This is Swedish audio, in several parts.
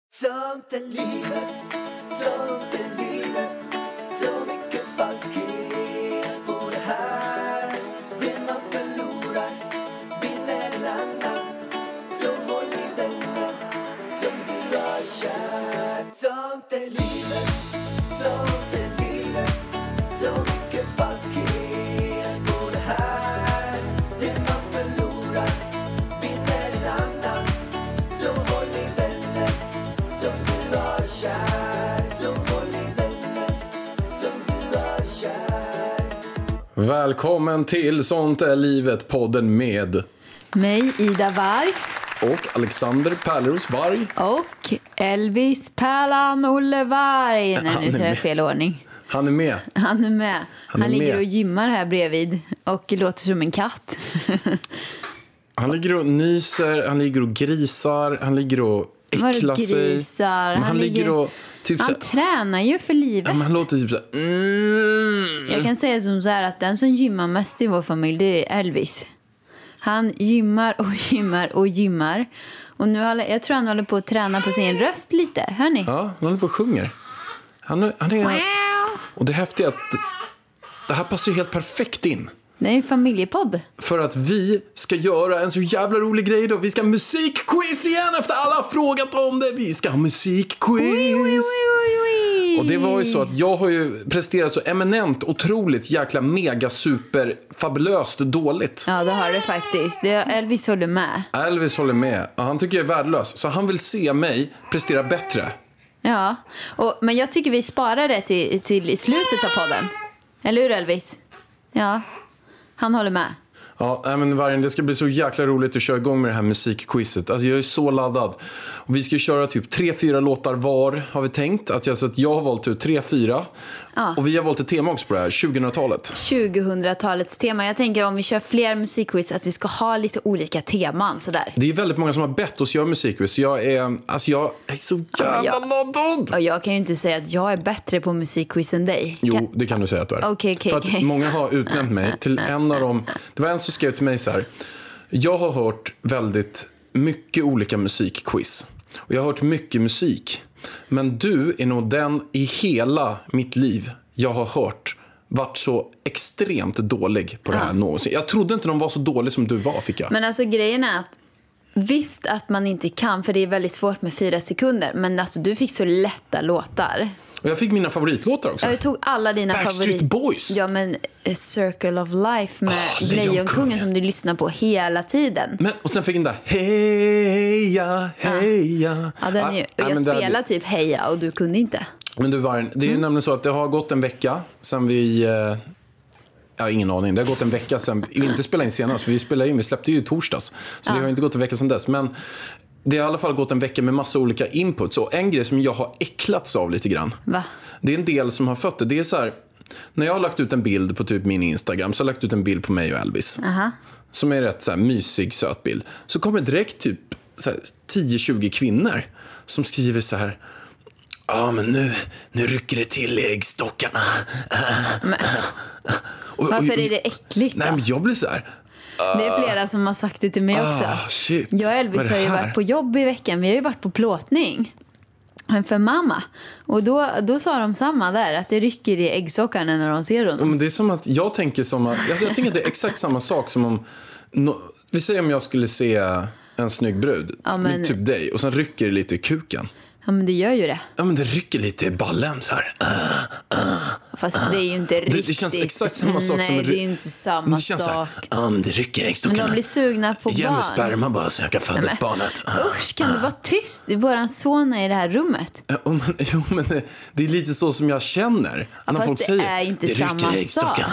Sånt är livet, sånt är livet. Så mycket falskhet på det här. Det man förlorar vinner en annan. Så håll i vänner som du har kär. Sånt är livet, sånt är livet. Så mycket falskhet på det här. Det man förlorar vinner en annan. Så håll i vänner som du har kär. Så håll i vänner som du har kär. Välkommen till Sånt är livet, podden med mig, Ida Varg. och Alexander Pärleros Varg. Och Elvis Pärlan Olle Varg. Nej, nu kör jag fel ordning. Han är med. Han är med. Han är ligger med. och gymmar här bredvid och låter som en katt. Han ligger och nyser, han ligger och grisar, han ligger och äcklar sig. Grisar. Men han ligger och typ Han tränar ju för livet. Ja, men han låter typ så här. Jag kan säga som så här att den som gymmar mest i vår familj, det är Elvis. Han gymmar och gymmar och gymmar. Och nu jag tror han håller på att träna på sin röst lite. Hör ni? Ja, han håller på och sjunger. Han är... Och det häftiga är att det här passar ju helt perfekt in. Det är en familjepodd. För att vi ska göra en så jävla rolig grej då. Vi ska ha musikquiz igen efter alla har frågat om det. Vi ska ha musikquiz. Och det var ju så att jag har ju presterat så eminent, otroligt, jäkla mega, super, fabulöst dåligt. Ja, det har det faktiskt. Elvis håller med. Elvis håller med. Han tycker jag är värdelös. Så han vill se mig prestera bättre. Ja, men jag tycker vi sparar det till i slutet av podden. Eller hur, Elvis? Ja, han håller med. Ja, men Vargen, det ska bli så jäkla roligt att köra igång med det här musikquizet. Alltså jag är så laddad. Och vi ska köra typ 3-4 låtar var, har vi tänkt. Så att jag har valt ut 3-4. Ja. Och vi har valt ett tema också på det här, 2000-talet. 2000-talets tema. Jag tänker om vi kör fler musikquiz att vi ska ha lite olika teman sådär. Det är väldigt många som har bett oss göra musikquiz. Så jag är så jävla laddad. Och jag kan ju inte säga att jag är bättre på musikquiz än dig. Jo, det kan du säga att du är. Okej. För att många har utnämnt mig till en av dem. Det var en som skrev till mig så här: jag har hört väldigt mycket olika musikquiz. Och jag har hört mycket musik. Men du är nog den i hela mitt liv jag har hört varit så extremt dålig på det här någonsin. Jag trodde inte de var så dålig som du var, fick jag. Men alltså grejen är att visst att man inte kan, för det är väldigt svårt med 4 sekunder. Men alltså du fick så lätta låtar. Och jag fick mina favoritlåtar också. Jag tog alla dina Backstreet Boys. Ja, men A Circle of Life med Lejonkungen som du lyssnar på hela tiden. Men, och sen fick den där heja, heja. Ja, den är, jag spelade typ heja och du kunde inte. Men du Vargen, det är nämligen så att det har gått en vecka sen vi... Jag har ingen aning. Det har gått en vecka sen vi inte spelade in senast. För vi släppte ju i torsdags. Så det har inte gått en vecka sedan dess. Men det har i alla fall gått en vecka med massa olika inputs. Och en grej som jag har äcklats av lite grann. Va? Det är en del som har fått det. Det är så här, när jag har lagt ut en bild på typ min Instagram, så har jag lagt ut en bild på mig och Elvis. Som är rätt så här mysig, söt bild. Så kommer direkt typ så här 10-20 kvinnor som skriver så här: ja, men nu rycker det till i äggstockarna. Varför är det äckligt då? Nej, men jag blir så här... Det är flera som har sagt det till mig också. Shit. Jag och Elvis har ju varit på jobb i veckan. Vi har ju varit på plåtning för mamma. Och då sa de samma där, att det rycker i äggsockarna när de ser honom. Men det är som att jag tänker jag tänker att det är exakt samma sak som om... vi säger om jag skulle se en snygg brud, typ dig, och sen rycker det lite i kuken. Ja, men det gör ju det. Ja, men det rycker lite i ballen så här. Fast det är ju inte riktigt. Det känns exakt samma sak. Nej, som det är ju inte samma sak. Men det rycker i äggstockarna. Men de blir sugna på Ge mig barn. sperma bara så jag kan föda barnet. Usch, kan du vara tyst? Våran son är i det här rummet. Jo, men det är lite så som jag känner. Ja, när folk det säger, är inte det samma rycker i äggstockarna.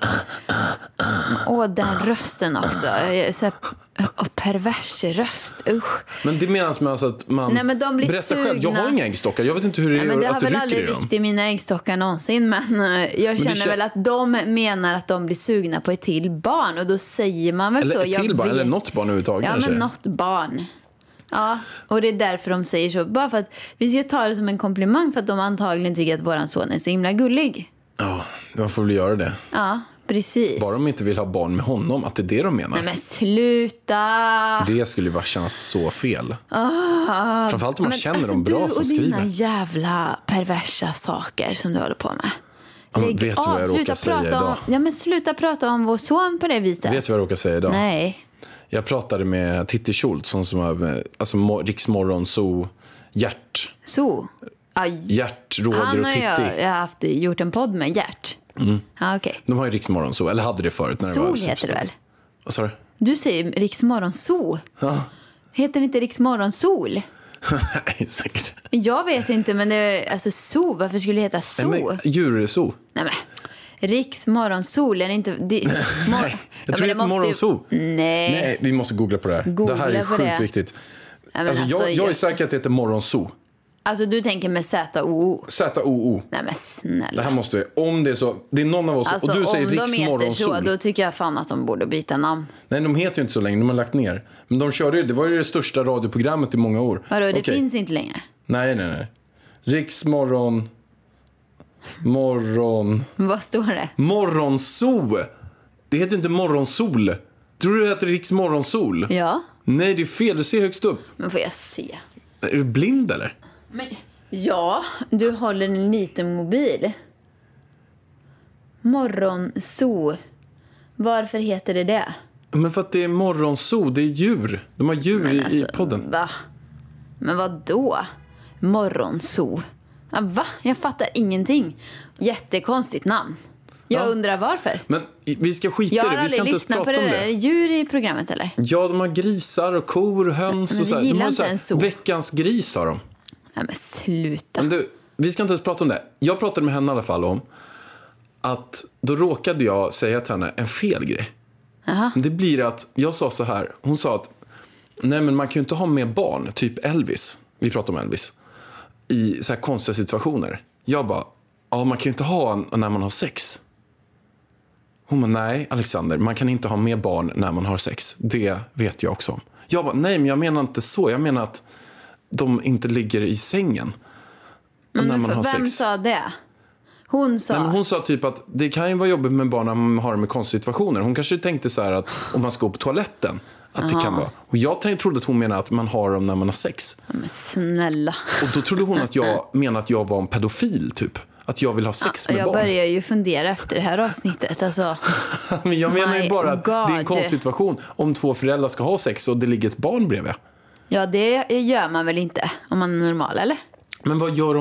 Den rösten också. Så pervers röst. Usch. Men det menas med alltså att man... Nej, men de blir berätta sugna. själv, jag har inga äggstockar. Jag vet inte hur det är att det rycker i dem. Det har väl aldrig ryckt i mina äggstockar någonsin. Men jag känner väl att de menar att de blir sugna på ett till barn. Och då säger man väl eller så. Eller ett till barn, eller något barn överhuvudtaget. Ja, men något barn. Ja, och det är därför de säger så. Bara för att vi ska ta det som en komplimang, för att de antagligen tycker att våran son är så himla gullig. Ja, man får väl göra det. Ja, precis. Bara de inte vill ha barn med honom, att det är det de menar. Nej men sluta! Det skulle bara kännas så fel. Framförallt om man känner dem bra som skriver. Du och dina jävla perversa saker som du håller på med. Ja, vet du vad jag råkar säga idag? Ja, men sluta prata om vår son på det viset. Vet du vad jag råkar säga idag? Nej. Jag pratade med Titti Schultz, som är Riks Morgonzoo Gert. Så? Gert, Roger han och Titti. Jag har gjort en podd med Gert. Okay. De har ju Riks Morgonzoo, eller hade det förut när det var heter det väl? Vad sa du? Du säger Riks Morgonzoo. Ja. Heter det inte Riks Morgonsol? Nej, säkert. Jag vet inte, men det är alltså zoo. Varför skulle det heta zoo? Djurzoo. Nej men. Riks Morgonsol är det inte... Nej, jag tror det heter Morgonzoo. Nej, vi måste googla på det här. Det här är sjukt viktigt. Jag är säker att det heter Morgonzoo. Alltså du tänker med Z-O-O. Z-O-O. Nej men snälla. Det här måste, om det är så, det är någon av oss, alltså, och du säger Riks Morgonzoo. Så, då tycker jag fan att de borde byta namn. Nej, de heter ju inte så länge, de har lagt ner. Men de körde ju, det var ju det största radioprogrammet i många år. Vadå, det finns inte längre? Nej. Riks Morgon... Vad står det? Morgonzoo. Det heter inte Morgonsol. Tror du det heter Riks Morgonsol? Ja. Nej, det är fel, du ser högst upp. Men får jag se? Är du blind eller? Men, ja, du håller en liten mobil. Morgonzoo. Varför heter det det? Men för att det är Morgonzoo, det är djur. De har djur i podden. Va? Men vad då? Morgonzoo. Ja, va? Jag fattar ingenting. Jättekonstigt namn. Jag undrar varför. Men vi ska skita i det. Vi ska inte ens prata om det. Är det djur i programmet eller? Ja, de har grisar och kor och höns och så här. De har så här, veckans gris har de. Nej men sluta. Men du, vi ska inte ens prata om det. Jag pratade med henne i alla fall om att då råkade jag säga till henne en fel grej. Aha. Det blir att jag sa så här. Hon sa att nej men man kan ju inte ha med barn, typ Elvis. Vi pratar om Elvis. I så här konstiga situationer. Jag bara, ja man kan ju inte ha när man har sex. Hon bara, nej Alexander, man kan inte ha med barn när man har sex. Det vet jag också om. Jag bara, nej men jag menar inte så. Jag menar att de inte ligger i sängen när man har sex. Vem sa det? Hon sa... Nej, men hon sa typ att det kan ju vara jobbigt med barn när man har det med konstiga situationer. Hon kanske tänkte så här att om man ska gå på toaletten att det kan vara. Och jag trodde att hon menade att man har dem när man har sex. Men snälla. Och då trodde hon att jag menade att jag var en pedofil typ. Att jag vill ha sex med barn. Jag börjar ju fundera efter det här avsnittet. Alltså, men jag menar ju bara att det är en konstig situation. Om två föräldrar ska ha sex och det ligger ett barn bredvid. Ja, det gör man väl inte om man är normal, eller? Men vad gör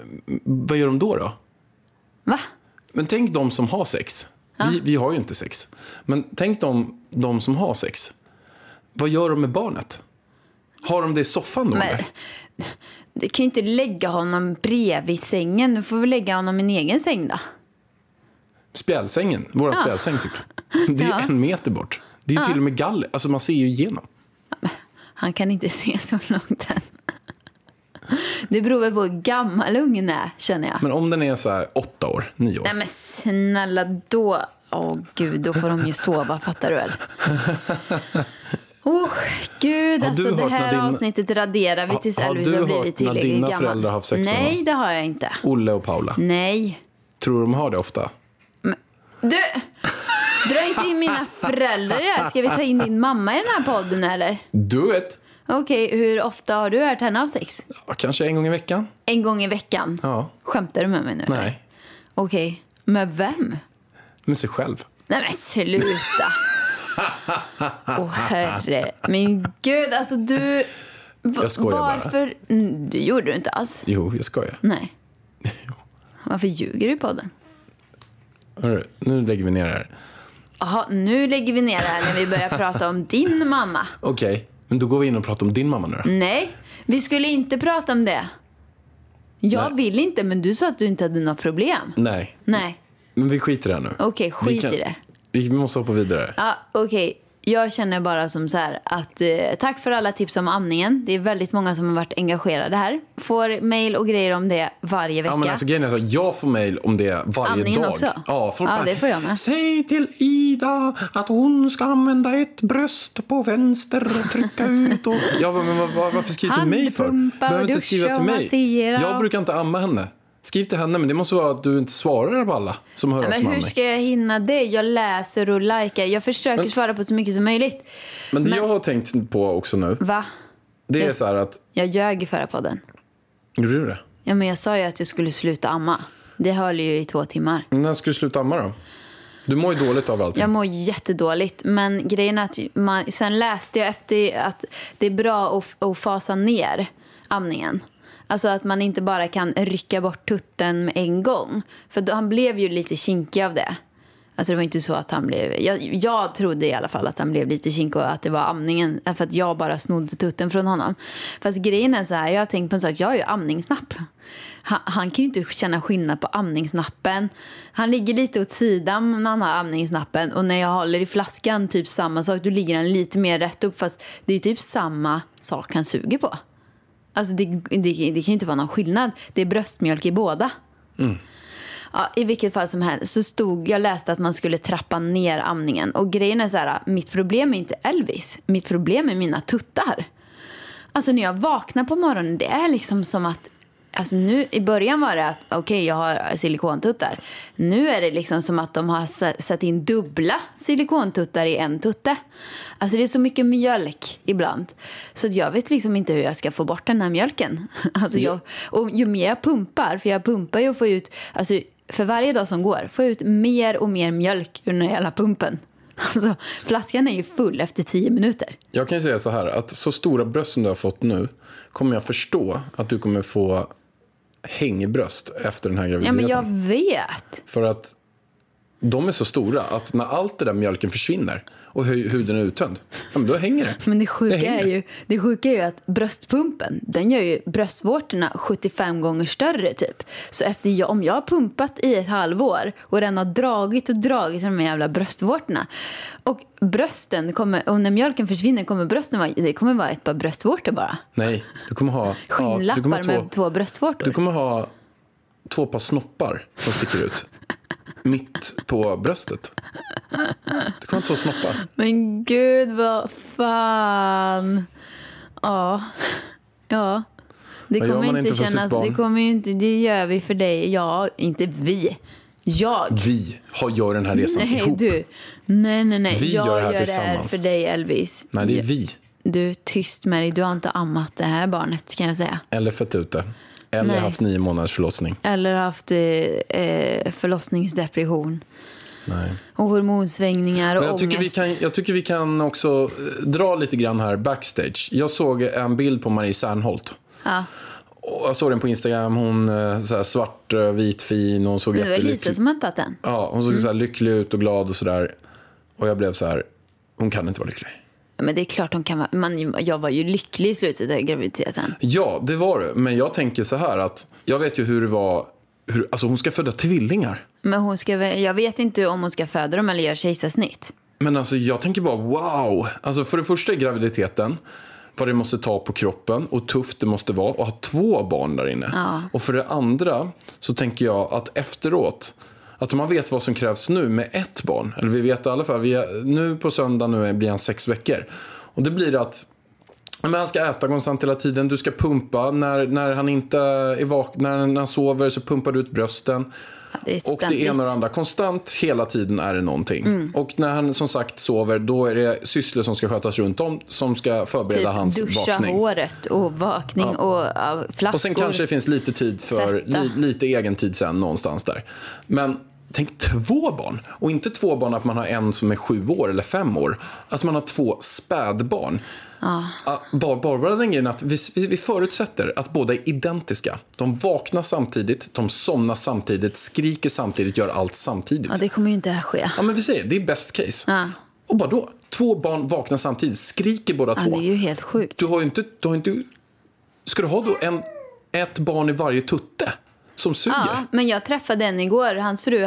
de då? Va? Men tänk de som har sex. Vi har ju inte sex. Men tänk de som har sex. Vad gör de med barnet? Har de det i soffan då? Men, du kan ju inte lägga honom bredvid sängen. Du får väl lägga honom i en egen säng då. Spjälsängen. Våra spjälsäng typ. Det är 1 meter bort. Det är till och med galler. Alltså man ser ju igenom. Han kan inte se så långt än. Det beror väl på hur gammal ungen är, känner jag. Men om den är så här 8 år, 9 år. Nej men snälla, då... Gud, då får de ju sova, fattar du väl? Gud, alltså det här avsnittet raderar vi tills Elvis har blivit tillräckligt gammal. Har du hört när dina föräldrar har haft sex? Nej, det har jag inte. Olle och Paula? Nej. Tror du de har det ofta? Men, du, dra inte in mina föräldrar i det här. Ska vi ta in din mamma i den här podden, eller? Du vet. Okej, hur ofta har du hört henne av sex? Ja, kanske 1 gång i veckan. 1 gång i veckan? Ja. Skämtar du med mig nu? Nej. Okej, med vem? Med sig själv. Nej men sluta. Herre. Men gud, alltså du... Jag skojar varför? bara. Du gjorde det inte alls. Jo, jag skojar. Nej. Jo. Varför ljuger du på den? Hörru, nu lägger vi ner det här. Jaha, nu lägger vi ner det här när vi börjar prata om din mamma. Okej, men då går vi in och pratar om din mamma nu då. Nej, vi skulle inte prata om det. Jag vill inte, men du sa att du inte hade något problem. Nej. Men vi skiter i det här nu. Okej, skit i det. Vi måste hoppa vidare. Ja, okej. Jag känner bara som så här att tack för alla tips om amningen. Det är väldigt många som har varit engagerade här. Får mejl och grejer om det varje vecka. Ja, men alltså grejen är att jag får mejl om det varje amningen dag. Också? Ja, ja, det får jag med. Säg till Ida att hon ska använda ett bröst på vänster och trycka ut. Och... Ja, men varför skriver du till mig för? Behöver inte skriva till mig. Jag brukar inte amma henne. Skriv till henne, men det måste vara att du inte svarar på alla som hör av sig Men med hur mig. ska jag hinna det? Jag läser och likar. Jag försöker svara på så mycket som möjligt. Men det jag har tänkt på också nu, Va? det är så här att... Jag ljög i förra podden. Gjorde du det? Ja, men jag sa ju att jag skulle sluta amma. Det höll ju i 2 timmar. När ska du sluta amma då? Du mår ju dåligt av allting. Jag mår jättedåligt. Men grejen är att sen läste jag efter att det är bra att fasa ner amningen. Alltså att man inte bara kan rycka bort tutten med en gång. För då, han blev ju lite kinkig av det. Alltså det var inte så att han blev... Jag trodde i alla fall att han blev lite kinkig och att det var amningen. För att jag bara snodde tutten från honom. Fast grejen är så här, jag har tänkt på en sak. Jag har ju amningsnapp. Han kan ju inte känna skillnad på amningsnappen. Han ligger lite åt sidan när han har amningsnappen. Och när jag håller i flaskan, typ samma sak. Då ligger han lite mer rätt upp. Fast det är typ samma sak han suger på. Alltså det kan ju inte vara någon skillnad. Det är bröstmjölk i båda. Ja, i vilket fall som helst så jag läste att man skulle trappa ner amningen. Och grejen är så här, mitt problem är inte Elvis. Mitt problem är mina tuttar. Alltså när jag vaknar på morgonen, det är liksom som att... Alltså nu, i början var det att okej, jag har silikontuttar. Nu är det liksom som att de har satt in dubbla silikontuttar i en tutte. Alltså det är så mycket mjölk ibland. Så att jag vet liksom inte hur jag ska få bort den här mjölken. Alltså och ju mer jag pumpar, för jag pumpar ju och får ut... Alltså för varje dag som går får jag ut mer och mer mjölk ur den här jävla pumpen. Alltså flaskan är ju full efter 10 minuter. Jag kan ju säga så här, att så stora bröst som du har fått nu kommer jag förstå att du kommer få hängbröst efter den här graviditeten. Ja, men jag vet. För att de är så stora att när allt det där mjölken försvinner och huden är uttönd, ja, men då hänger det. Men det sjuka hänger. är ju att bröstpumpen, den gör ju bröstvårtorna 75 gånger större typ. Så om jag har pumpat i ett halvår och den har dragit de här jävla bröstvårtorna och brösten kommer, och när mjölken försvinner kommer brösten det kommer vara ett par bröstvårtor bara. Nej, du kommer ha skinnlappar med 2 bröstvårtor. Du kommer ha 2 par snoppar som sticker ut mitt på bröstet. Du kommer ha 2 snoppar. Men gud, vad fan. Ja. Det Vad gör kommer man inte inte för sitt kännas, barn? det kommer ju inte, det gör vi för dig. Ja, inte vi. Vi gör den här resan ihop. Nej. Vi jag gör det här gör det här tillsammans. för dig, Elvis. Nej, det är vi. Du, tyst med dig. Du har inte ammat det här barnet, kan jag säga. Eller fett ute. Eller Nej. haft 9 månaders förlossning. Eller haft förlossningsdepression. Nej. Och hormonsvängningar och ångest. Jag tycker vi kan också dra lite grann här backstage. Jag såg en bild på Marie Serneholt. Ja. Och jag såg den på Instagram. Hon så här svart, vit, fin. Och hon såg Det var jättelycklig. Lisa som har tagit den. Ja, hon såg så här lycklig ut och glad och sådär. Och jag blev så här, hon kan inte vara lycklig. Men det är klart hon kan vara. Jag var ju lycklig i slutet av graviditeten. Ja, det var det. Men jag tänker så här att jag vet ju hur det var. Alltså hon ska föda tvillingar. Men jag vet inte om hon ska föda dem eller göra kejsarsnitt. Men alltså jag tänker bara wow. Alltså för det första är graviditeten, vad det måste ta på kroppen och tufft det måste vara och ha 2 barn där inne. Ja. Och för det andra så tänker jag att efteråt, att man vet vad som krävs nu med 1 barn. Eller vi vet i alla fall, nu på söndag blir han 6 veckor. Och det blir att men han ska äta konstant hela tiden. Du ska pumpa. När han inte är när han sover så pumpar du ut brösten. Ja, det är och det ena och det andra. Konstant hela tiden är det någonting. Och när han som sagt sover, då är det sysslor som ska skötas runt om. Som ska förbereda hans duscha vakning. håret och vakning och flaskor. Och sen kanske det finns lite tid för lite egen tid sen någonstans där. Men tänk 2 barn. Och inte 2 barn att man har en som är 7 år eller 5 år. Alltså man har 2 spädbarn. Bara den grejen att vi förutsätter att båda är identiska. De vaknar samtidigt, de somnar samtidigt, skriker samtidigt, gör allt samtidigt. Ja, det kommer ju inte att ske. Ja, men vi säger, det är best case. Ja. Och bara då, 2 barn vaknar samtidigt, skriker båda 2. Ja, det är ju helt sjukt. Du har inte ska du ha då ett barn i varje tutte som suger? Ja, men jag träffade en igår. Hans fru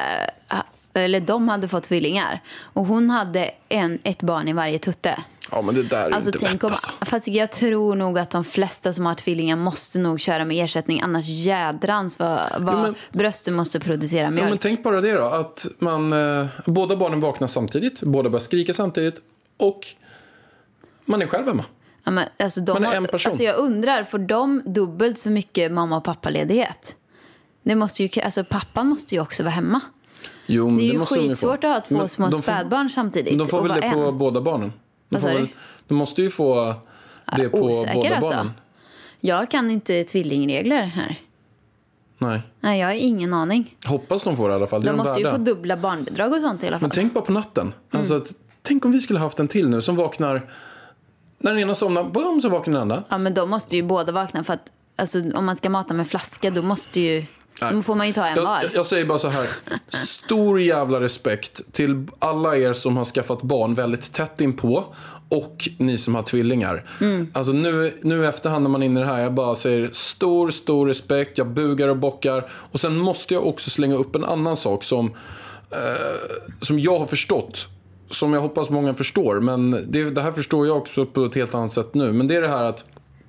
de hade fått tvillingar. Och hon hade ett barn i varje tutte. Ja, men det där är inte lätt alltså. Fast jag tror nog att de flesta som har tvillingar måste nog köra med ersättning. Annars jädrans vad brösten måste producera mjölk. Ja, men tänk bara det då. Att båda barnen vaknar samtidigt. Båda börjar skrika samtidigt. Och man är själv hemma. Ja, men, alltså, man är en person. Alltså, jag undrar, får de dubbelt så mycket mamma- och pappaledighet? Det måste ju, alltså pappan måste ju också vara hemma. Jo, men Det är ju måste de få. skitsvårt att ha två Men små spädbarn samtidigt. De får och väl vara det på en. båda barnen? Vad sa du? De måste ju få det på Osäker båda alltså. barnen. Jag kan inte tvillingregler här. Nej, jag har ingen aning. Hoppas de får det i alla fall. Det är De måste ju värda. få dubbla barnbidrag och sånt i alla fall. Men tänk bara på natten. Alltså att, tänk om vi skulle haft en till nu som vaknar. När den ena somnar, bam, så vaknar den andra. Ja, men då måste ju båda vakna för att alltså, om man ska mata med flaska då måste ju... Då får man ju ta en var. Jag säger bara så här. Stor jävla respekt till alla er som har skaffat barn väldigt tätt inpå. Och ni som har tvillingar. Alltså nu efterhand när man är inne i det här. Jag bara säger stor respekt. Jag bugar och bockar. Och sen måste jag också slänga upp en annan sak som jag har förstått. Som jag hoppas många förstår. Men det här förstår jag också på ett helt annat sätt nu. Men det är det här att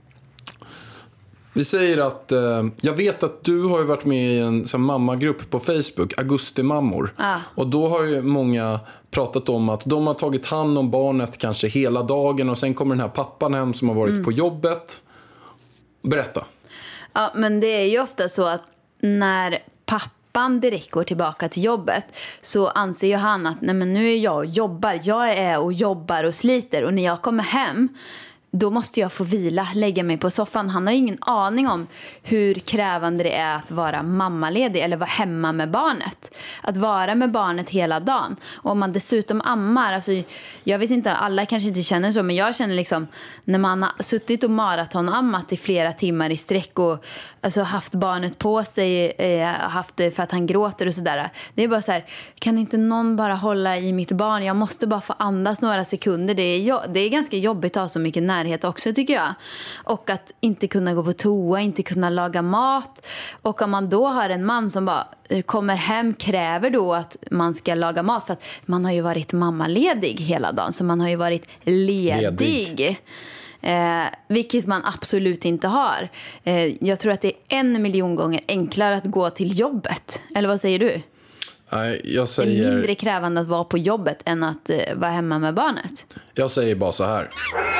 vi säger att jag vet att du har ju varit med i en sån mammagrupp på Facebook, Augustimammor. Och då har ju många pratat om att de har tagit hand om barnet kanske hela dagen och sen kommer den här pappan hem som har varit på jobbet. Berätta. Ja, men det är ju ofta så att när pappan direkt går tillbaka till jobbet så anser ju han att nej, men nu är jag och jobbar. Jag är och jobbar och sliter och när jag kommer hem då måste jag få vila, lägga mig på soffan. Han har ju ingen aning om hur krävande det är att vara mammaledig eller vara hemma med barnet. Att vara med barnet hela dagen. Och om man dessutom ammar, alltså, jag vet inte, alla kanske inte känner så, men jag känner liksom när man har suttit och maratonammat i flera timmar i sträck och alltså, haft barnet på sig, haft det för att han gråter och sådär. Det är bara så här, kan inte någon bara hålla i mitt barn? Jag måste bara få andas några sekunder. Det är ganska jobbigt att ha så mycket närhet också tycker jag. Och att inte kunna gå på toa, inte kunna laga mat. Och om man då har en man som bara kommer hem, kräver då att man ska laga mat för att man har ju varit mammaledig hela dagen. Så man har ju varit ledig. Vilket man absolut inte har. Jag tror att det är 1 miljon gånger enklare att gå till jobbet. Eller vad säger du? Nej, jag Det är säger... mindre krävande att vara på jobbet än att vara hemma med barnet. Jag säger bara så här.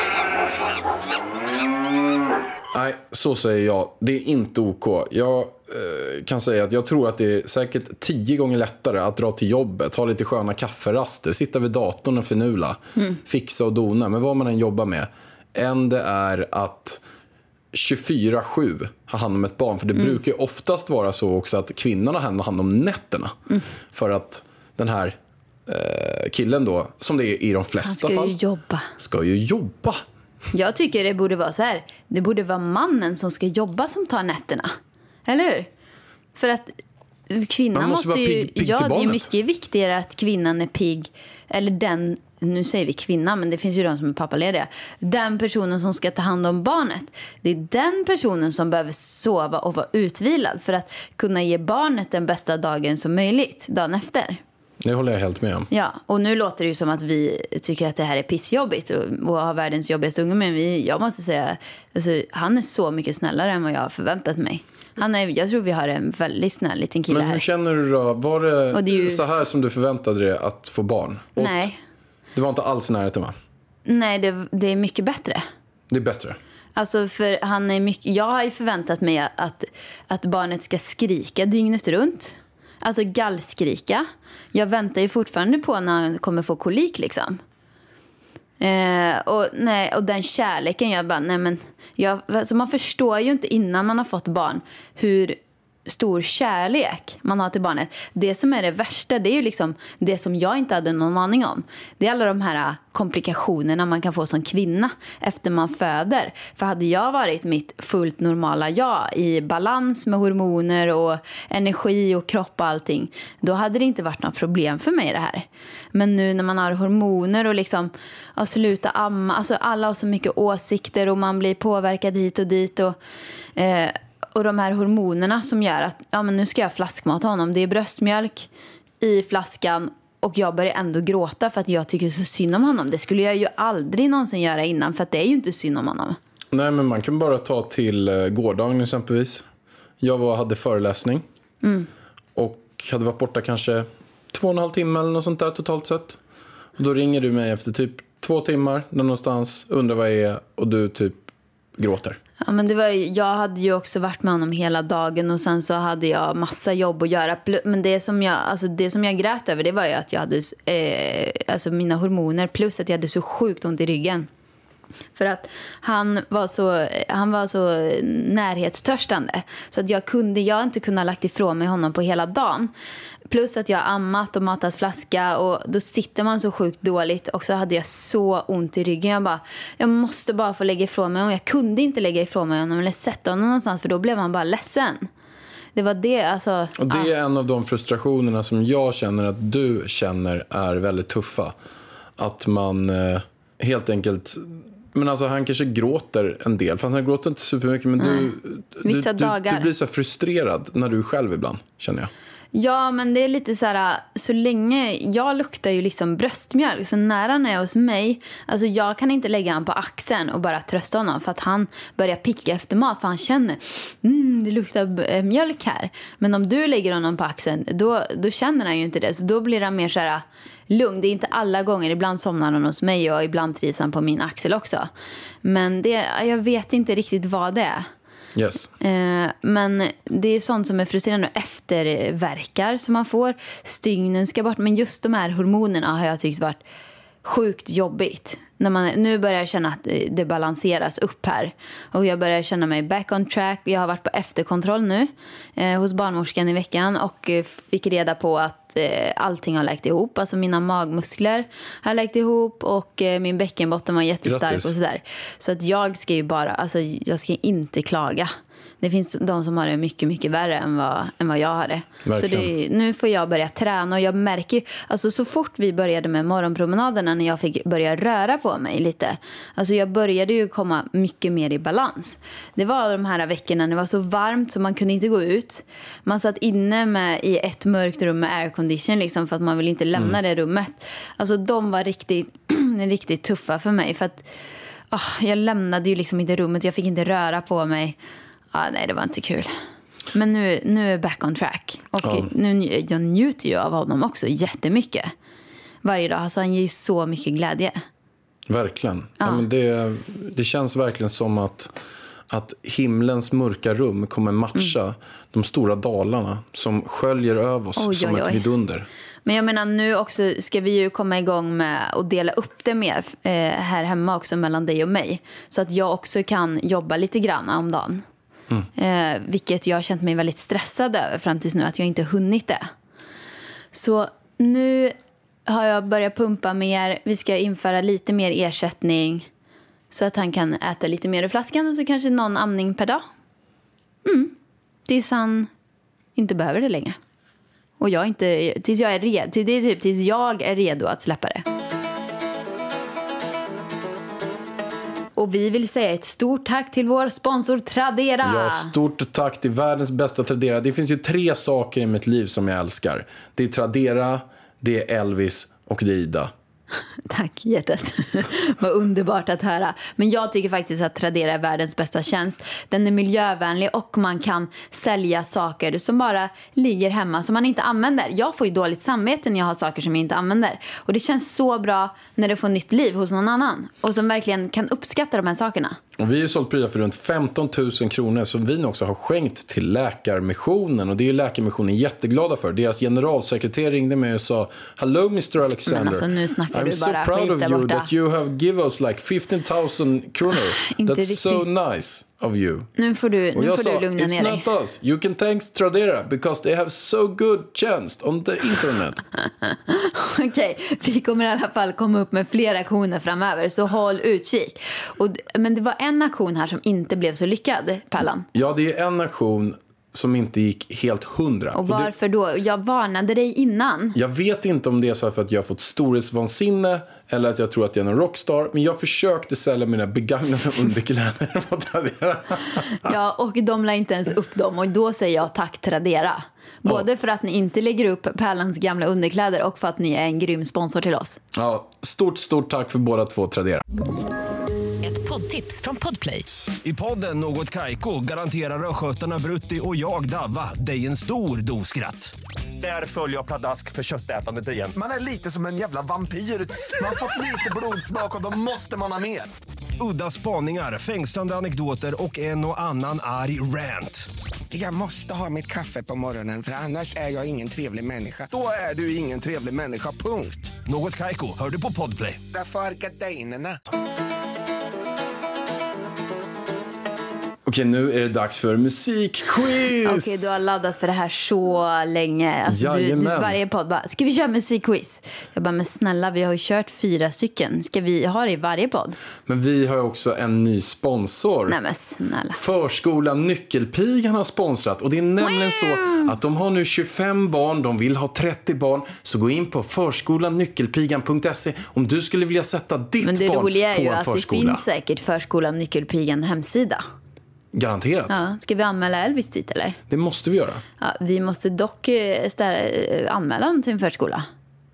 Nej, så säger jag. Det är inte OK. Jag kan säga att jag tror att det är säkert 10 gånger lättare att dra till jobbet, ha lite sköna kafferaster, sitta vid datorn och finula, fixa och dona, men vad man än jobbar med, än det är att 24/7 ha hand om ett barn. För det brukar ju oftast vara så också att kvinnorna har hand om nätterna. För att den här killen då, som det är i de flesta fall, ska ju jobba. Jag tycker det borde vara så här. Det borde vara mannen som ska jobba som tar nätterna. Eller hur? För att kvinnan måste måste vara ju... pigg till Ja, det är barnet. mycket viktigare att kvinnan är pigg. Eller den... Nu säger vi kvinna, men det finns ju de som är pappalediga. Den personen som ska ta hand om barnet. Det är den personen som behöver sova och vara utvilad. För att kunna ge barnet den bästa dagen som möjligt. Dagen efter. Det håller jag helt med om. Ja, och nu låter det ju som att vi tycker att det här är pissjobbigt och har världens jobbigaste unge. Men jag måste säga, alltså, han är så mycket snällare än vad jag har förväntat mig. Jag tror vi har en väldigt snäll liten kille här. Men hur känner du då? Var det ju... så här som du förväntade dig att få barn? Nej. Det var inte alls närheten, va? Nej, det är mycket bättre. Det är bättre. Alltså för jag har ju förväntat mig att barnet ska skrika dygnet runt. Alltså gallskrika. Jag väntar ju fortfarande på när han kommer få kolik liksom. Och den kärleken, jag bara, alltså man förstår ju inte innan man har fått barn hur stor kärlek man har till barnet. Det som är det värsta, det är ju liksom det som jag inte hade någon aning om. Det är alla de här komplikationerna man kan få som kvinna efter man föder. För hade jag varit mitt fullt normala jag i balans med hormoner och energi och kropp och allting, då hade det inte varit något problem för mig det här. Men nu när man har hormoner och liksom sluta amma, alltså alla har så mycket åsikter och man blir påverkad hit och dit och de här hormonerna som gör att men nu ska jag flaskmata honom. Det är bröstmjölk i flaskan och jag börjar ändå gråta för att jag tycker så synd om honom. Det skulle jag ju aldrig någonsin göra innan för att det är ju inte synd om honom. Nej, men man kan bara ta till gårdagen exempelvis. Jag hade föreläsning och hade varit borta kanske 2,5 timmar eller något sånt där totalt sett. Och då ringer du mig efter typ 2 timmar där någonstans, undrar vad jag är och du typ gråter. Ja, men jag hade ju också varit med honom hela dagen och sen så hade jag massa jobb att göra. Men det som jag grät över, det var ju att jag hade mina hormoner plus att jag hade så sjukt ont i ryggen. För att han var så närhetstörstande så att jag inte kunde ha lagt ifrån mig honom på hela dagen. Plus att jag ammat och matat flaska och då sitter man så sjukt dåligt och så hade jag så ont i ryggen. Jag måste bara få lägga ifrån mig och jag kunde inte lägga ifrån mig honom eller sätta honom någonstans för då blev man bara ledsen. Det var det, alltså. Och det är en av de frustrationerna som jag känner att du känner är väldigt tuffa. Att man helt enkelt... Men alltså han kanske gråter en del. För han gråter inte supermycket. Men du blir så frustrerad när du är själv ibland, känner jag. Ja, men det är lite så här, så länge jag luktar ju liksom bröstmjölk så nära när jag är hos mig, alltså jag kan inte lägga han på axeln och bara trösta honom för att han börjar picka efter mat för han känner det luktar mjölk här. Men om du lägger honom på axeln då känner han ju inte det, så då blir han mer så här lugn. Det är inte alla gånger, ibland somnar han hos mig och ibland trivs han på min axel också. Men jag vet inte riktigt vad det är. Yes. Men det är sånt som är frustrerande, efterverkar som man får, stygnen ska bort, men just de här hormonerna har jag tyckt varit sjukt jobbigt. Nu börjar jag känna att det balanseras upp här och jag börjar känna mig back on track. Jag har varit på efterkontroll nu hos barnmorskan i veckan och fick reda på att allting har läkt ihop. Alltså mina magmuskler har läkt ihop och min bäckenbotten var jättestark. Grattis. Och sådär. Så att jag ska ju jag ska inte klaga. Det finns de som har det mycket, mycket värre än vad jag har det. Verkligen. Så nu får jag börja träna och jag märker alltså så fort vi började med morgonpromenaderna när jag fick börja röra på mig lite. Alltså jag började ju komma mycket mer i balans. Det var de här veckorna när det var så varmt så man kunde inte gå ut. Man satt inne i ett mörkt rum med aircondition liksom för att man vill inte lämna det rummet. Alltså de var riktigt tuffa för mig för att jag lämnade ju liksom inte rummet. Jag fick inte röra på mig. Nej, det var inte kul. Men nu är jag back on track. Och jag njuter ju av honom också jättemycket. Varje dag. Alltså han ger ju så mycket glädje. Verkligen. Ja, men det känns verkligen som att himlens mörka rum kommer matcha de stora dalarna som sköljer över oss som ett vidunder. Men jag menar nu också ska vi ju komma igång med att dela upp det mer här hemma också mellan dig och mig. Så att jag också kan jobba lite grann om dagen. Vilket jag har känt mig väldigt stressad över fram tills nu att jag inte hunnit det. Så nu har jag börjat pumpa mer. Vi ska införa lite mer ersättning så att han kan äta lite mer i flaskan och så kanske någon amning per dag. Tills han inte behöver det längre. Och tills jag är redo. Tills jag är redo att släppa det. Och vi vill säga ett stort tack till vår sponsor Tradera. Ja, stort tack till världens bästa Tradera. Det finns ju 3 saker i mitt liv som jag älskar. Det är Tradera, det är Elvis och det är Ida. Tack hjärtat. Vad underbart att höra. Men jag tycker faktiskt att Tradera är världens bästa tjänst. Den är miljövänlig och man kan sälja saker som bara ligger hemma som man inte använder. Jag får ju dåligt samvete när jag har saker som jag inte använder. Och det känns så bra när det får nytt liv hos någon annan. Och som verkligen kan uppskatta de här sakerna. Och vi har ju sålt prylar för runt 15 000 kronor som vi nu också har skänkt till Läkarmissionen. Och det är ju Läkarmissionen jätteglada för. Deras generalsekreterare ringde mig och sa: Hello Mr. Alexander. Men alltså nu snackar du bara I'm so proud of you borta. that you have given us like 15,000 kronor. That's riktigt. so nice of you. Nu får du lugna ner dig. It's not us. You can thank Tradera because they have so good chance on the internet. Okej, vi kommer i alla fall komma upp med fler aktioner framöver, så håll utkik. Men det var en aktion här som inte blev så lyckad, Pallan. Ja, det är en aktion som inte gick helt 100. Och varför då? Jag varnade dig innan. Jag vet inte om det är så för att jag har fått storhetsvansinne eller att jag tror att jag är en rockstar. Men jag försökte sälja mina begagnade underkläder på Tradera. Ja, och de la inte ens upp dem. Och då säger jag tack Tradera. Både för att ni inte lägger upp Pärlans gamla underkläder och för att ni är en grym sponsor till oss. Ja, stort tack för båda två, Tradera. Ett poddtips från Podplay. I podden Något Kaiko garanterar röskötarna Brutti och jag Davva dig en stor doskratt. Där följer jag pladask för köttätandet igen. Man är lite som en jävla vampyr. Man har fått lite blodsmak och då måste man ha mer. Udda spaningar, fängslande anekdoter och en och annan arg rant. Jag måste ha mitt kaffe på morgonen för annars är jag ingen trevlig människa. Då är du ingen trevlig människa, punkt. Något Kaiko, hör du på Podplay. Därför är gardinerna. Okej, nu är det dags för musikquiz. Okej, du har laddat för det här så länge. Alltså, du varje podd bara, ska vi köra musikquiz? Jag bara, men snälla, vi har ju kört 4 stycken. Ska vi ha det i varje podd? Men vi har ju också en ny sponsor. Nej men snälla. Förskolan Nyckelpigan har sponsrat. Och det är nämligen så att de har nu 25 barn. De vill ha 30 barn. Så gå in på förskolanyckelpigan.se om du skulle vilja sätta ditt barn på en förskola. Men det roliga är ju att det finns säkert Förskolan Nyckelpigan hemsida. Garanterat. Ja, ska vi anmäla Elvis dit eller? Det måste vi göra. Ja, vi måste dock anmäla honom till en förskola.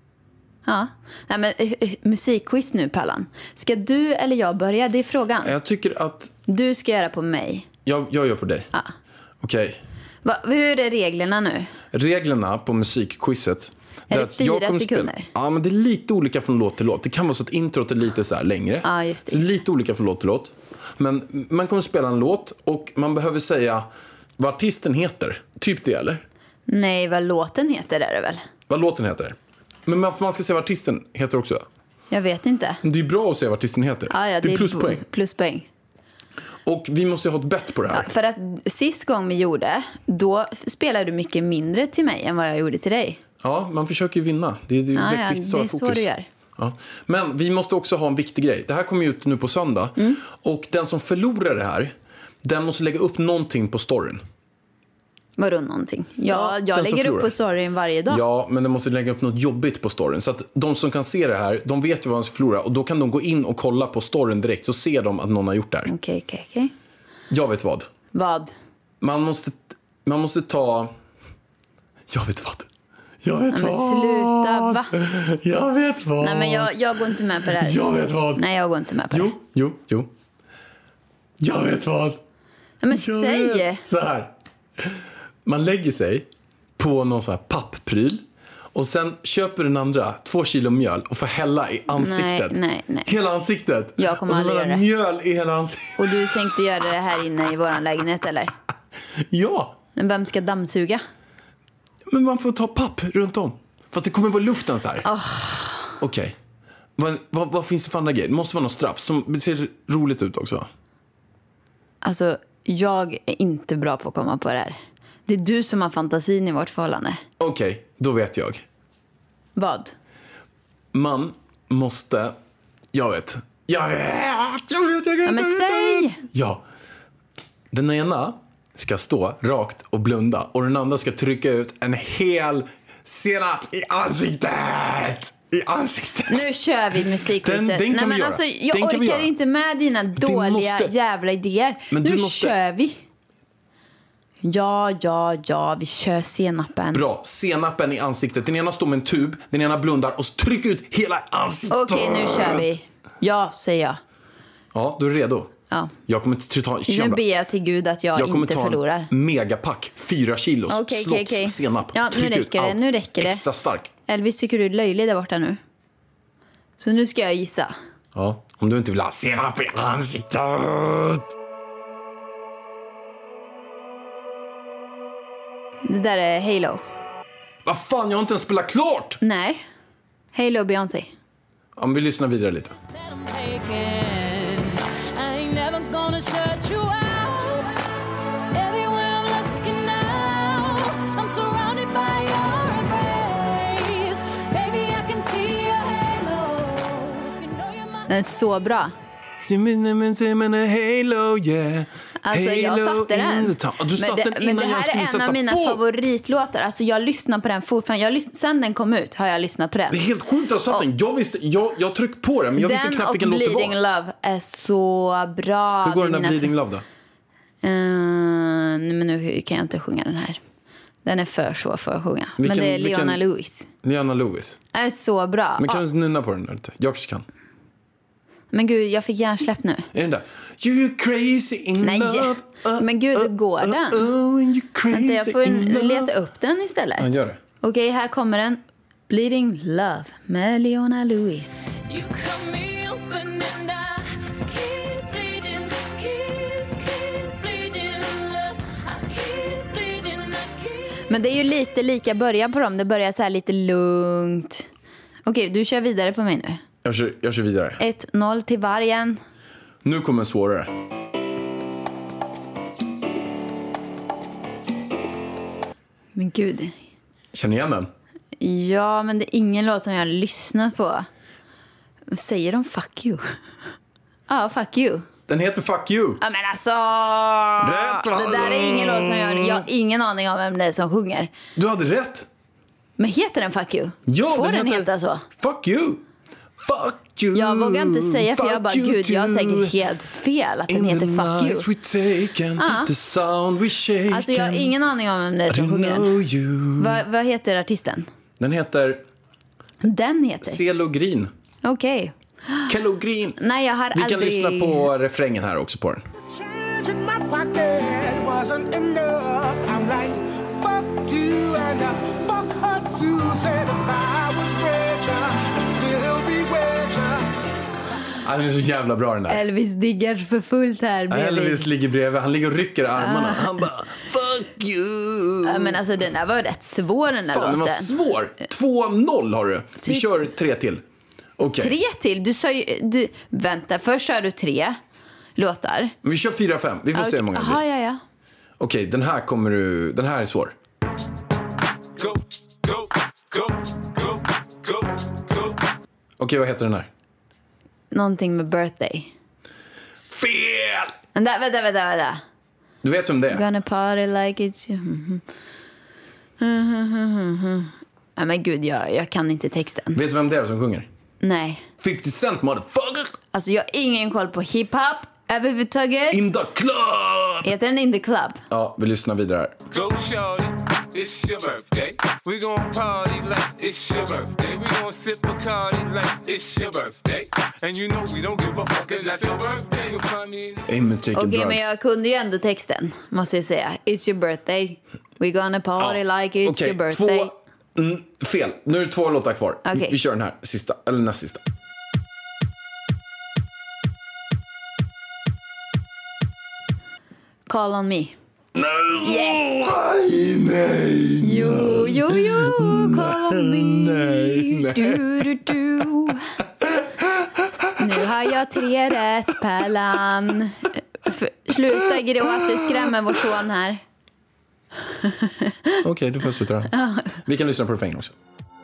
Ja. Nej, men musikquiz nu, Pallan. Ska du eller jag börja? Det är frågan. Jag tycker att... Du ska göra på mig. Jag gör på dig. Ja. Okej. Hur är reglerna nu? Reglerna på musikquizet... Är det 4 sekunder? Ja, men det är lite olika från låt till låt. Det kan vara så att introt är lite så här längre. Ja, just det. Så det är lite olika från låt till låt. Men man kommer spela en låt och man behöver säga vad artisten heter. Typ det, eller? Nej, vad låten heter är det väl? Vad låten heter. Men man ska säga vad artisten heter också. Jag vet inte. Det är bra att säga vad artisten heter. Ja, det är pluspoäng. Pluspoäng. Och vi måste ju ha ett bett på det här. Ja, för att sist gång vi gjorde, då spelade du mycket mindre till mig än vad jag gjorde till dig. Ja, man försöker ju vinna. Det är viktigt att ha fokus. Det är så du gör. Ja. Men vi måste också ha en viktig grej. Det här kommer ju ut nu på söndag. Och den som förlorar det här, den måste lägga upp någonting på storyn. Vadå någonting? Ja, jag lägger upp på storyn varje dag. Ja, men den måste lägga upp något jobbigt på storyn. Så att de som kan se det här, de vet ju vad de ska förlora. Och då kan de gå in och kolla på storyn direkt. Så ser de att någon har gjort det här. Okej. Jag vet vad. Vad? Man måste ta... Jag vet vad. Men sluta, va? Jag vet vad. Nej, men jag går inte med på det här. Jag vet vad. Nej, jag går inte med på det. Jo. Jag vet vad. Nej, men säg. Så här. Man lägger sig på någon sån här papppryl. Och sen köper den andra 2 kilo mjöl och får hälla i ansiktet. Nej. Hela ansiktet. Jag kommer och så aldrig göra det. Mjöl i hela ansiktet. Och du tänkte göra det här inne i våran lägenhet, eller? Ja. Men vem ska dammsuga? Men man får ta papp runt om. Fast det kommer vara luften så här. Okej. Vad finns det för andra grejer? Det måste vara något straff som ser roligt ut också. Alltså, jag är inte bra på att komma på det här. Det är du som har fantasin i vårt förhållande. Okej, då vet jag. Vad? Man måste... Jag vet. Ja, men säg! Ja. Den ena ska stå rakt och blunda. Och den andra ska trycka ut en hel senap i ansiktet. Nu kör vi musikquizet. Den kan vi göra. Alltså, jag orkar inte med dina dåliga jävla idéer. Men nu kör vi. Ja, vi kör senapen. Bra, senapen i ansiktet. Den ena står med en tub, den ena blundar och trycker ut hela ansiktet. Okej, nu kör vi. Ja, säger jag. Ja, du är redo? Ja. Jag kommer att ta... Nu ber jag till Gud att jag inte förlorar. Jag kommer ta en megapack, 4 kilos slottssenap. Ja, nu räcker det. Extra stark. Elvis, tycker du är löjlig där borta nu? Så nu ska jag gissa. Ja, om du inte vill ha senap i ansiktet. Det där är Halo. Vad fan, jag har inte ens spelat klart! Nej. Halo Beyoncé. Om vi lyssnar vidare lite. Den är så bra. Halo, yeah. Alltså, jag satte den. Du satte den innan jag skulle sätta på. Men det här är en av mina favoritlåtar. Alltså, jag lyssnar på den fortfarande. Sen den kom ut har jag lyssnat på den. Det är helt sjukt att jag satt den. Jag tryckte på den, men jag visste knappt vilken låt det var. Den och Bleeding Love är så bra. Hur går den där Bleeding Love då? Men nu kan jag inte sjunga den här. Den är för svår för att sjunga. Men det är Leona Lewis. Leona Lewis. Är så bra. Men kan du nynna på den där lite? Jag kanske kan. Men gud, jag fick hjärnsläpp nu. Är den där? You're crazy in love. Men gud, hur går den? You're crazy. Vänta, jag får leta upp den istället. Ja, gör det. Okej, här kommer den. Bleeding Love med Leona Lewis. You cut me open and I keep Men det är ju lite lika början på dem. Det börjar så här lite lugnt. Okej, du kör vidare för mig nu. Jag kör vidare. 1-0 till Vargen. Nu kommer en svårare. Men gud. Känner igen den? Ja, men det är ingen låt som jag har lyssnat på. Säger de fuck you? Ja, fuck you. Den heter Fuck You. Ja, men alltså... Rätt. Det där är ingen låt som jag har ingen aning om vem det är som sjunger. Du hade rätt. Men heter den Fuck You? Ja, Får den heta så? Fuck You. Fuck you. Jag vågar inte säga för Fuck jag bara, you gud, jag har säkert too. helt fel att den In heter the Fuck nights You. we taken, the sound we shaken. Alltså jag har ingen aning om vem det är I som don't sjunger know den. you. Vad heter artisten? Den heter Den heter? CeeLo Green. Okej. Kello Green. Nej, jag har Vi aldrig... kan lyssna på refrängen här också på den. Change in my pocket wasn't enough. I'm like, fuck you and fuck her too. Said if I was richer, I'd still be richer. Den är så jävla bra den där. Elvis diggar för fullt här bredvid. Elvis ligger bredvid. Han ligger och rycker i armarna. Han bara, fuck you. Ja, men alltså den där var rätt svår, den där Fan, den var låten. svår. 2-0 har du. Vi kör 3 till. Okej. 3 till? Du sa ju... Vänta, först har du 3 låtar. Vi kör 4-5. Vi får se hur många det blir. Aha, ja. Okej, den här kommer du... Den här är svår. Go, go, go, go, go, go. Okej, vad heter den här? Någonting med birthday. Fel! Vänta. Du vet vem det är? Gonna party like it's you. Ja, men gud, jag kan inte texten. Vet du vem det är som sjunger? Nej. 50 Cent, motherfucker! Alltså jag har ingen koll på hiphop överhuvudtaget. In the club! Heter den In the Club? Ja, vi lyssnar vidare här. Go, shorty, it's your birthday. We gon' party like it's your birthday. We gon' sip Bacardi like it's your birthday. And you know we don't give a fuck, it's not your birthday. You'll find me in... Imitating Okej, drugs. men jag kunde ju ändå texten, måste jag säga. It's your birthday. We gonna party like it's Okej, your birthday. fel. Nu är det 2 låtar kvar. Okej. Vi kör den här sista, eller näst sista. Call on me. Nej! Yes! Nej! Jo, call on me. Nej. Du. Nu har jag 3 rätt, Pärlan. Sluta gråta, du skrämmer vår son här. Okej, du får sluta då. Vi kan lyssna på refrängen också.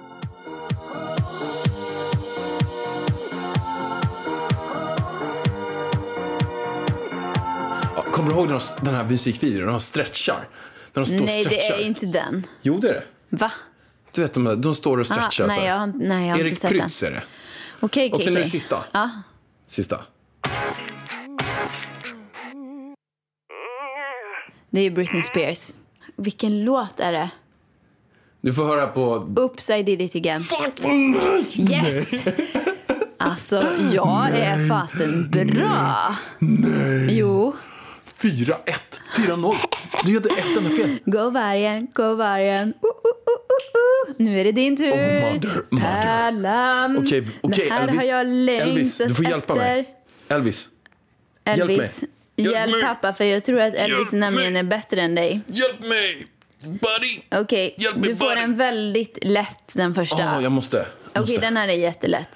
Ja, kommer du ihåg den här musikvideon? De stretchar. De står och Nej, det stretchar. är inte den. Jo, det är det. Va? Du vet, de står och stretchar. Nej, jag har inte Erik sett den. Prytz är det. Okej. Och nu är det sista. Ja. Sista. Det är ju Britney Spears. Vilken låt är det? Du får höra på... Oops, I did it again. Fuck! Yes! Alltså, jag är fasen bra. Nej. Jo. 4-1. 4-0. Du gjorde ett enda fel. Gå vargen. Nu är det din tur. Oh, mother. Pärlan. Okej, Det här Elvis. har jag längtat Elvis, du får hjälpa efter. mig. Elvis. Hjälp mig. Hjälp mig. pappa, för jag tror att Elvis Hjälp nämligen mig. är bättre än dig. Hjälp mig, buddy. Okej, Hjälp mig, du får buddy. en väldigt lätt, den första. Jag måste. Okej, den här är jättelätt.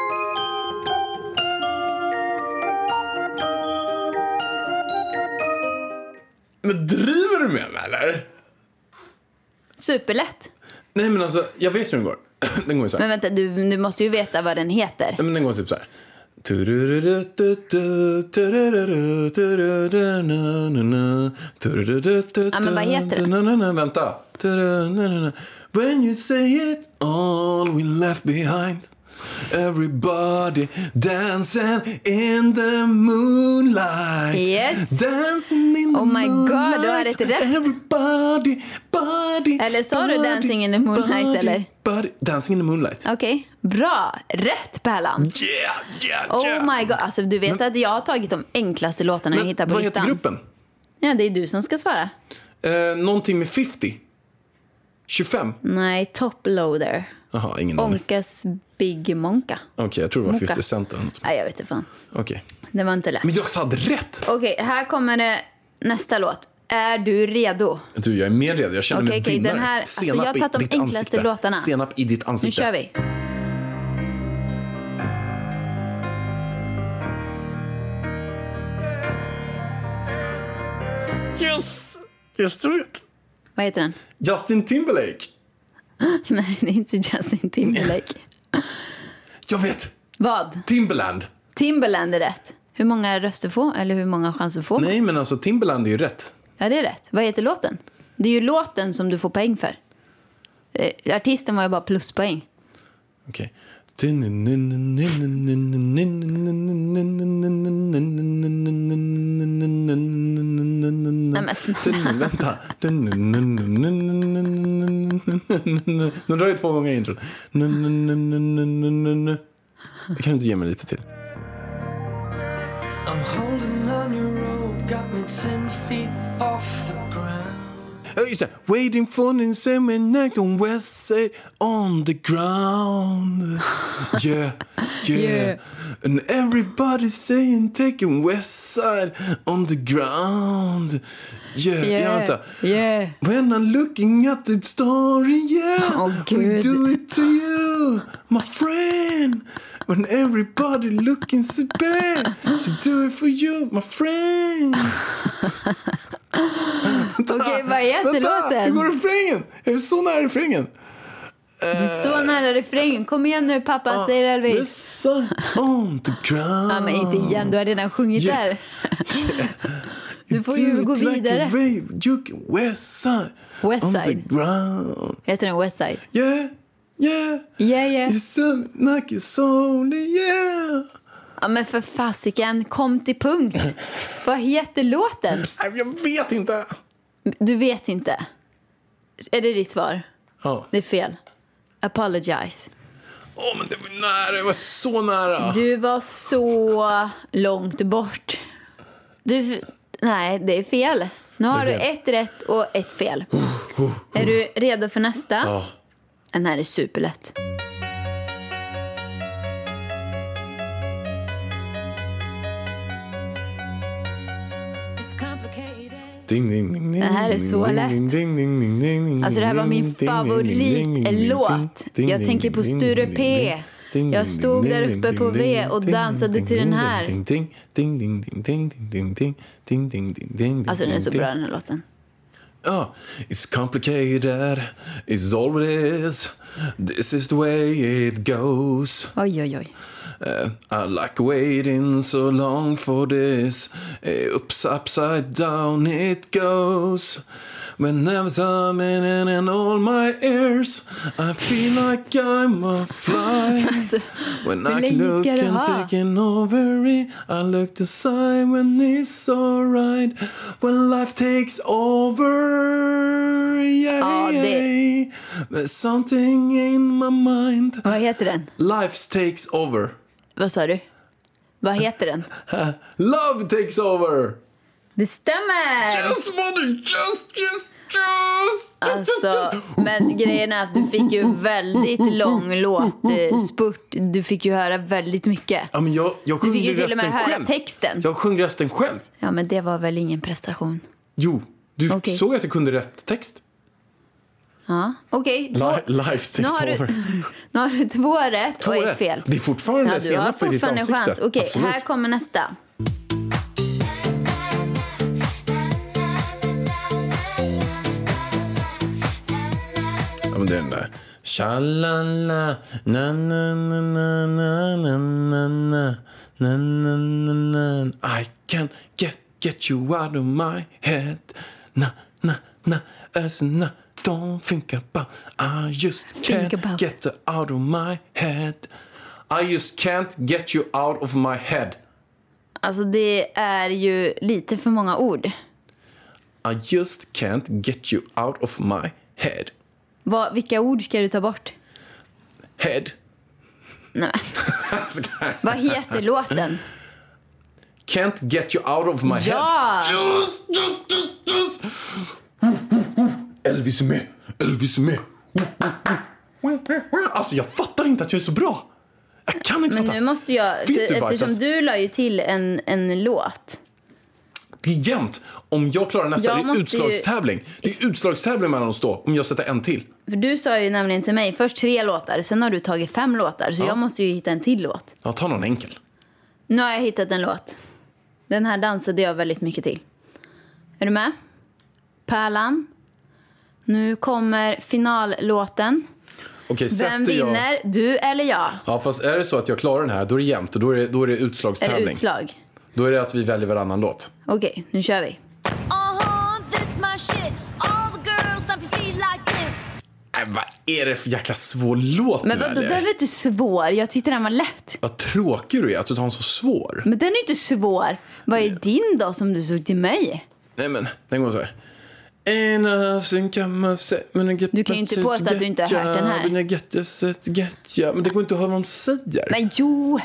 Men driver du med mig, eller? Superlätt. Nej, men alltså, jag vet hur den går. Den går ju så här. Men vänta, du måste ju veta vad den heter. Nej, men den går typ så här. Ja, men vad heter den? Vänta. When you say it all we left behind. Everybody dancing in the moonlight. Yes. Dancing in the Oh my God, moonlight. du har rätt. Everybody, body. Eller sa du Dancing in the Moonlight, body, eller? Body. Dancing in the moonlight. Okej, bra. Rätt, Pärlan. Yeah. Oh my God. Alltså, du vet att jag har tagit de enklaste låtarna jag hittar på vad listan. heter gruppen? Ja, det är du som ska svara. Någonting med 50. 25. Nej, Top Loader. Jaha, ingen aning. Onkas Big Monka. Okej, jag tror det var Moka. 50 cent eller något. Nej, jag vet inte fan. Okej. Det var inte lätt. Men jag hade rätt. Okej, här kommer det nästa låt. Är du redo? Du, jag är mer redo. Jag känner mig Okej, vinnare. den här, alltså jag har Senap tagit i de ditt enklaste ansikte. låtarna. Senap i ditt Nu ansikte. kör vi. Yes! Jag vet. Vad heter den? Justin Timberlake. Nej, det är inte Justin Timberlake. Jag vet. Vad? Timberland. Timberland är rätt. Hur många röster får? Eller hur många chanser får man? Nej, men alltså Timberland är ju rätt. Ja, det är rätt. Vad heter låten? Det är ju låten som du får poäng för. Artisten var ju bara pluspoäng. Okej. Vänta. Nu drar jag 2 gånger intro. Kan du inte ge mig lite till? I'm holding on your rope, got me 10 feet off the ground. Just det. Waiting for the Seminac on West Side on the ground. Yeah, yeah. And everybody saying taking West Side on the ground. Yeah, vänta. Yeah. When I'm looking at the story, yeah, Åh, we Gud. do it to you, my friend. When everybody looking so bad, to do it for you, my friend. Okej, vad heter Hur låten? går refrängen? Jag är så nära refrängen. Du är så nära refrängen. Kom igen nu, pappa, säger Elvis. The sun on the ground. Ja, men inte igen. Du har redan sjungit där. Du får ju gå vidare. You can West Side. West On the Side. ground. Heter den West Side? Yeah, yeah. Yeah. It's so like it's only, yeah. Ja, men för fasiken, kom till punkt. Vad heter låten? Nej, jag vet inte. Du vet inte. Är det ditt svar? Ja. Det är fel. Apologize. Men det var nära. Det var så nära. Du var så långt bort. Nej, det är fel. Nu har du fel. 1 rätt och 1 fel. Är du redo för nästa? Ja. Den här är superlätt. Ding, ding, ding, ding, Den här är så ding, lätt. ding, ding, ding, ding, ding, Alltså det här var min ding, ding, ding, favoritlåt. ding, Jag ding, tänker på ding, Sture ding, P. ding, Jag ding, stod ding, där ding, uppe på ding, V och ding, dansade ding, till den ding, här. ding, ding, ding, ding, ding, ding, ding, ding, ding, ding, ding, ding, Alltså den är så ding, bra ding. den här låten. It's complicated, it's all it is. This is the way it goes. Oj. I like waiting so long for this. Upside down it goes. Whenever I'm in all my ears, I feel like I'm a fly. Alltså, When hur I länge look ska du and ha? taking over it, I look to side when it's alright. When life takes over, Ja, det- There's something in my mind. Vad heter den? Life takes over. Vad sa du? Vad heter den? Love takes over. Det stämmer! Yes, mother, just. Alltså, men grejen är att du fick ju väldigt lång låtspurt. Du fick ju höra väldigt mycket. Ja, men jag Du sjöng fick ju till och resten med höra själv. texten. Jag sjöng resten själv. Ja, men det var väl ingen prestation. Jo, du Okej. såg att jag kunde rätt text. Ja, okej. Life Nu takes har over. nu har du 2 rätt Två och 1 rätt. fel. Det är fortfarande Ja, du har senap i ditt fortfarande en ansikte. chans. Okej, Absolut. här kommer nästa. Ja, men det är den där. Shalala, na na na na na na na na na na na na. I can't get you out of my head. Na na na, as na. Don't think about. I just can't get out of my head. I just can't get you out of my head. Alltså det är ju lite för många ord. I just can't get you out of my head. Vilka ord ska du ta bort? Head. Nej. Vad heter låten? Can't get you out of my head. Ja! Just. Elvis är med. Alltså jag fattar inte att jag är så bra. Jag kan inte Men fatta. nu måste jag, Vet du vad, eftersom Jess? du la ju till en låt. Det är jämnt. Om jag klarar nästa, Jag det är måste utslagstävling. Det är utslagstävling mellan oss då, om jag sätter en till. För du sa ju nämligen till mig först 3 låtar, sen har du tagit 5 låtar. Så jag måste ju hitta en till låt. Ja, ta någon enkel. Nu har jag hittat en låt. Den här dansade jag väldigt mycket till. Är du med? Pärlan. Nu kommer finallåten. Okej, Vem sätter vinner? Du eller jag? Ja, fast är det så att jag klarar den här, då är det jämnt. Och då är det Är utslagstävling. det utslag? Då är det att vi väljer varannan låt. Okej, nu kör vi. This my shit. All the girls stomp your feet like this. Vad är det för jäkla svår låt Men du vadå, väljer? den var inte svår. Jag tyckte den var lätt. Vad tråkig du är att du tar en så svår. Men den är inte svår. Vad är din då som du såg till mig? Nej, men den går så här. Du kan ju inte påstå att du inte har hört den här. Men det går inte att höra vad de säger. Men jo!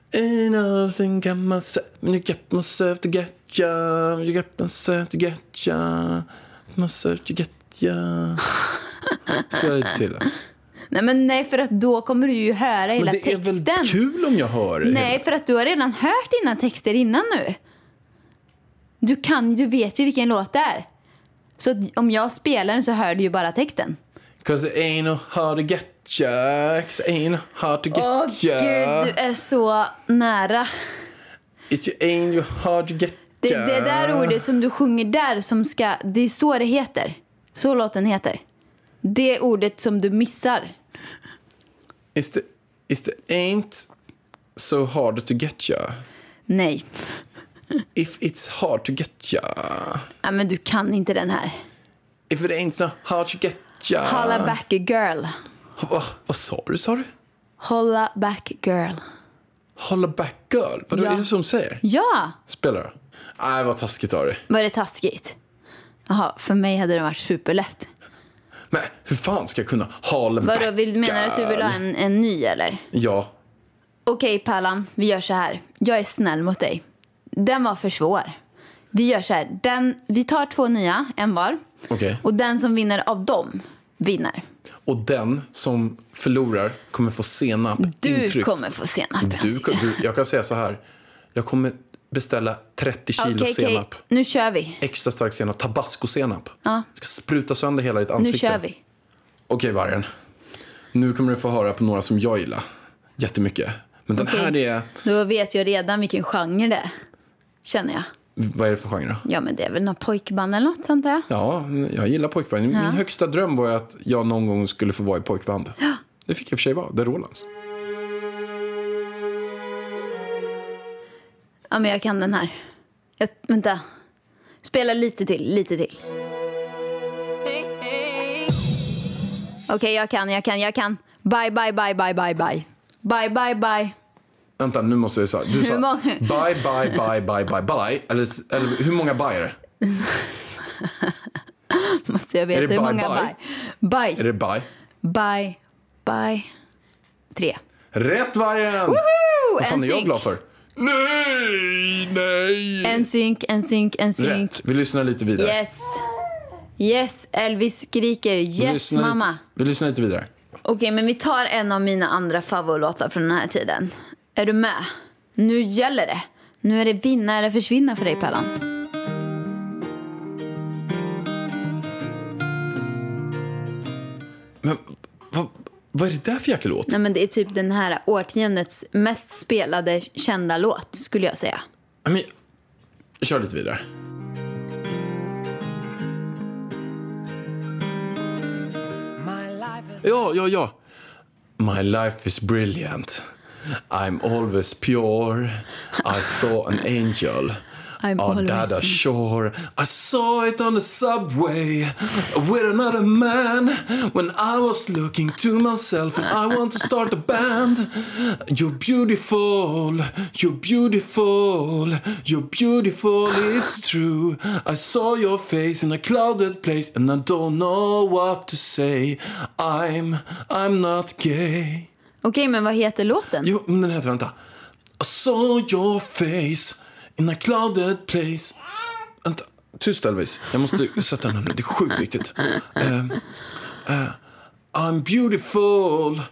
Spela lite till. Nej, för att då kommer du ju höra hela Men det texten. är väl kul om jag hör det? Nej, för att du har redan hört dina texter innan nu. Du vet ju vilken låt det är. Så att om jag spelar den så hör du ju bara texten. 'Cause it ain't no hard to get ya. 'Cause it ain't no hard to get Åh ya. gud, du är så nära. It ain't no hard to get ya. Det där ordet som du sjunger där som ska... Det är så det heter. Så låten heter. Det ordet som du missar. Is the ain't so hard to get ya. Nej. If it's hard to get ya. Ja, men du kan inte den här. If it ain't no hard to get ya. Holla back a girl. Vad sa du? Holla back girl. Holla back girl? Vad Ja. är det som säger? Ja. Spelar du? Nej, vad taskigt av dig. Var det taskigt? Jaha, för mig hade det varit superlätt. Men hur fan ska jag kunna holla back Vadå, menar du att du vill ha en ny eller? Ja. Okej, Pärlan, vi gör så här. Jag är snäll mot dig. Den var för svår. Vi gör så här. Vi tar 2 nya, en var. Okej. Och den som vinner av dem vinner. Och den som förlorar kommer få senap Du intryckt. kommer få senap. Jag kan säga så här. Jag kommer beställa 30 kilo senap. Nu kör vi. Extra stark senap. Tabasco-senap. Ja. Ska spruta sönder hela ditt Nu ansikte. kör vi. Okej, Vargen. Nu kommer du få höra på några som jag gillar. Jättemycket. Men den här är... Då vet jag redan vilken genre det är. Känner jag. Vad är det för genre då? Ja, men det är väl något pojkband eller något, antar jag. Ja, jag gillar pojkband. Min högsta dröm var att jag någon gång skulle få vara i pojkband. Ja. Det fick jag för sig vara. Det är Rolands. Ja, men jag kan den här. Vänta. Spela lite till. Okej, jag kan. Bye. Bye. Vänta, nu måste jag säga. Du sa många? bye. Eller hur många bye är det? Måste jag Är veta det hur bye, många bye? bye. Är det bye? Bye. 3. Rätt, Vargen! Woho! Vad fan En är jag synk. glad för? Nej! En synk. Rätt. Vi lyssnar lite vidare. Yes, Elvis skriker. Yes, mamma. Vi lyssnar lite vidare. Okej, men vi tar en av mina andra favoritlåtar från den här tiden. Är du med? Nu gäller det. Nu är det vinna eller försvinna för dig, Pärlan. Men vad är det där för jäkla låt? Nej, men det är typ den här årtiondets mest spelade kända låt, skulle jag säga. Men, kör lite vidare. Ja. My life is brilliant. I'm always pure. I saw an angel. I'm Our always- dad ashore. I saw it on the subway with another man when I was looking to myself and I want to start a band. You're beautiful, it's true. I saw your face in a crowded place and I don't know what to say. I'm not gay. Okej, men vad heter låten? Jo, men den heter, vänta. I saw your face in a clouded place. Vänta, tyst Elvis. Jag måste sätta den här nu, det är sjukt viktigt. I'm beautiful,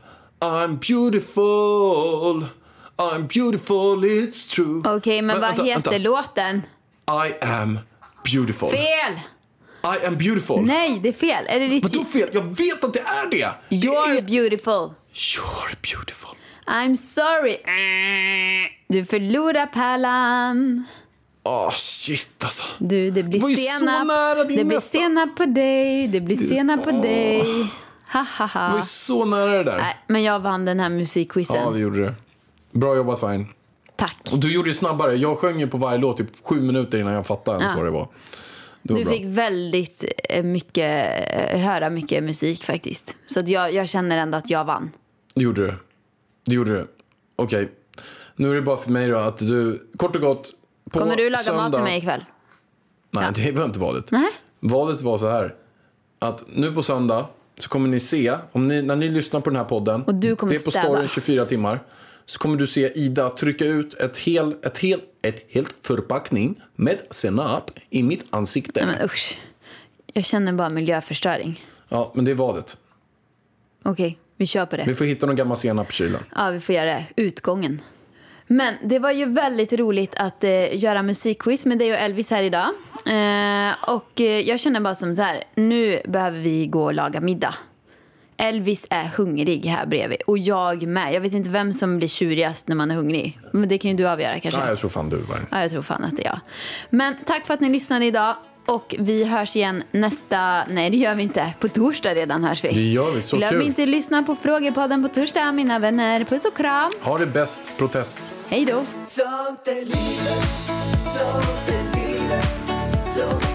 it's true. Okej, men vad heter låten? I am beautiful. Fel! I am beautiful. Nej, det är fel. Är det ditt... Vadå fel? Jag vet att det är det. You're beautiful. You're beautiful. I'm sorry. Du förlorar pärlan. Shit alltså. Du, det blir var ju så senap. nära din Det blir nästa. senap på dig. Det blir senap på dig. Ha, ha, ha. Det var ju så nära det där. Nej, men jag vann den här musikquizen. Ja, det gjorde du. Bra jobbat, Fine. Tack. Och du gjorde det snabbare. Jag sjöng ju på varje låt typ 7 minuter innan jag fattade ens vad det var. Det var Du bra. fick väldigt höra mycket musik faktiskt. Så att jag känner ändå att jag vann. Det gjorde du. Okej. Nu är det bara för mig då att du, kort och gott, på Kommer du laga söndag... mat till mig ikväll? Nej, det var inte valet. Nej. Valet var så här. Att nu på söndag så kommer ni se, när ni lyssnar på den här podden. Och du kommer det är på städa. storyn 24 timmar. Så kommer du se Ida trycka ut ett helt förpackning med senap i mitt ansikte. Nej, men usch. Jag känner bara miljöförstöring. Ja, men det är valet. Okej, vi kör på det. Vi får hitta någon gammal senap i kylen. Ja, vi får göra det. Utgången. Men det var ju väldigt roligt att göra musikquiz med dig och Elvis här idag. Och jag känner bara som så här, nu behöver vi gå och laga middag. Elvis är hungrig här bredvid. Och jag med. Jag vet inte vem som blir tjurigast när man är hungrig. Men det kan ju du avgöra kanske. Ja, jag tror fan du var. Ja, jag tror fan att det är jag. Men tack för att ni lyssnade idag. Och vi hörs igen nästa... Nej, det gör vi inte. På torsdag redan hörs vi. Det gör vi, så Glöm kul. inte att lyssna på Frågepodden på torsdag, mina vänner. Puss och kram. Ha det bäst, protest. Hej då. Sånt är livet, sånt är livet, sånt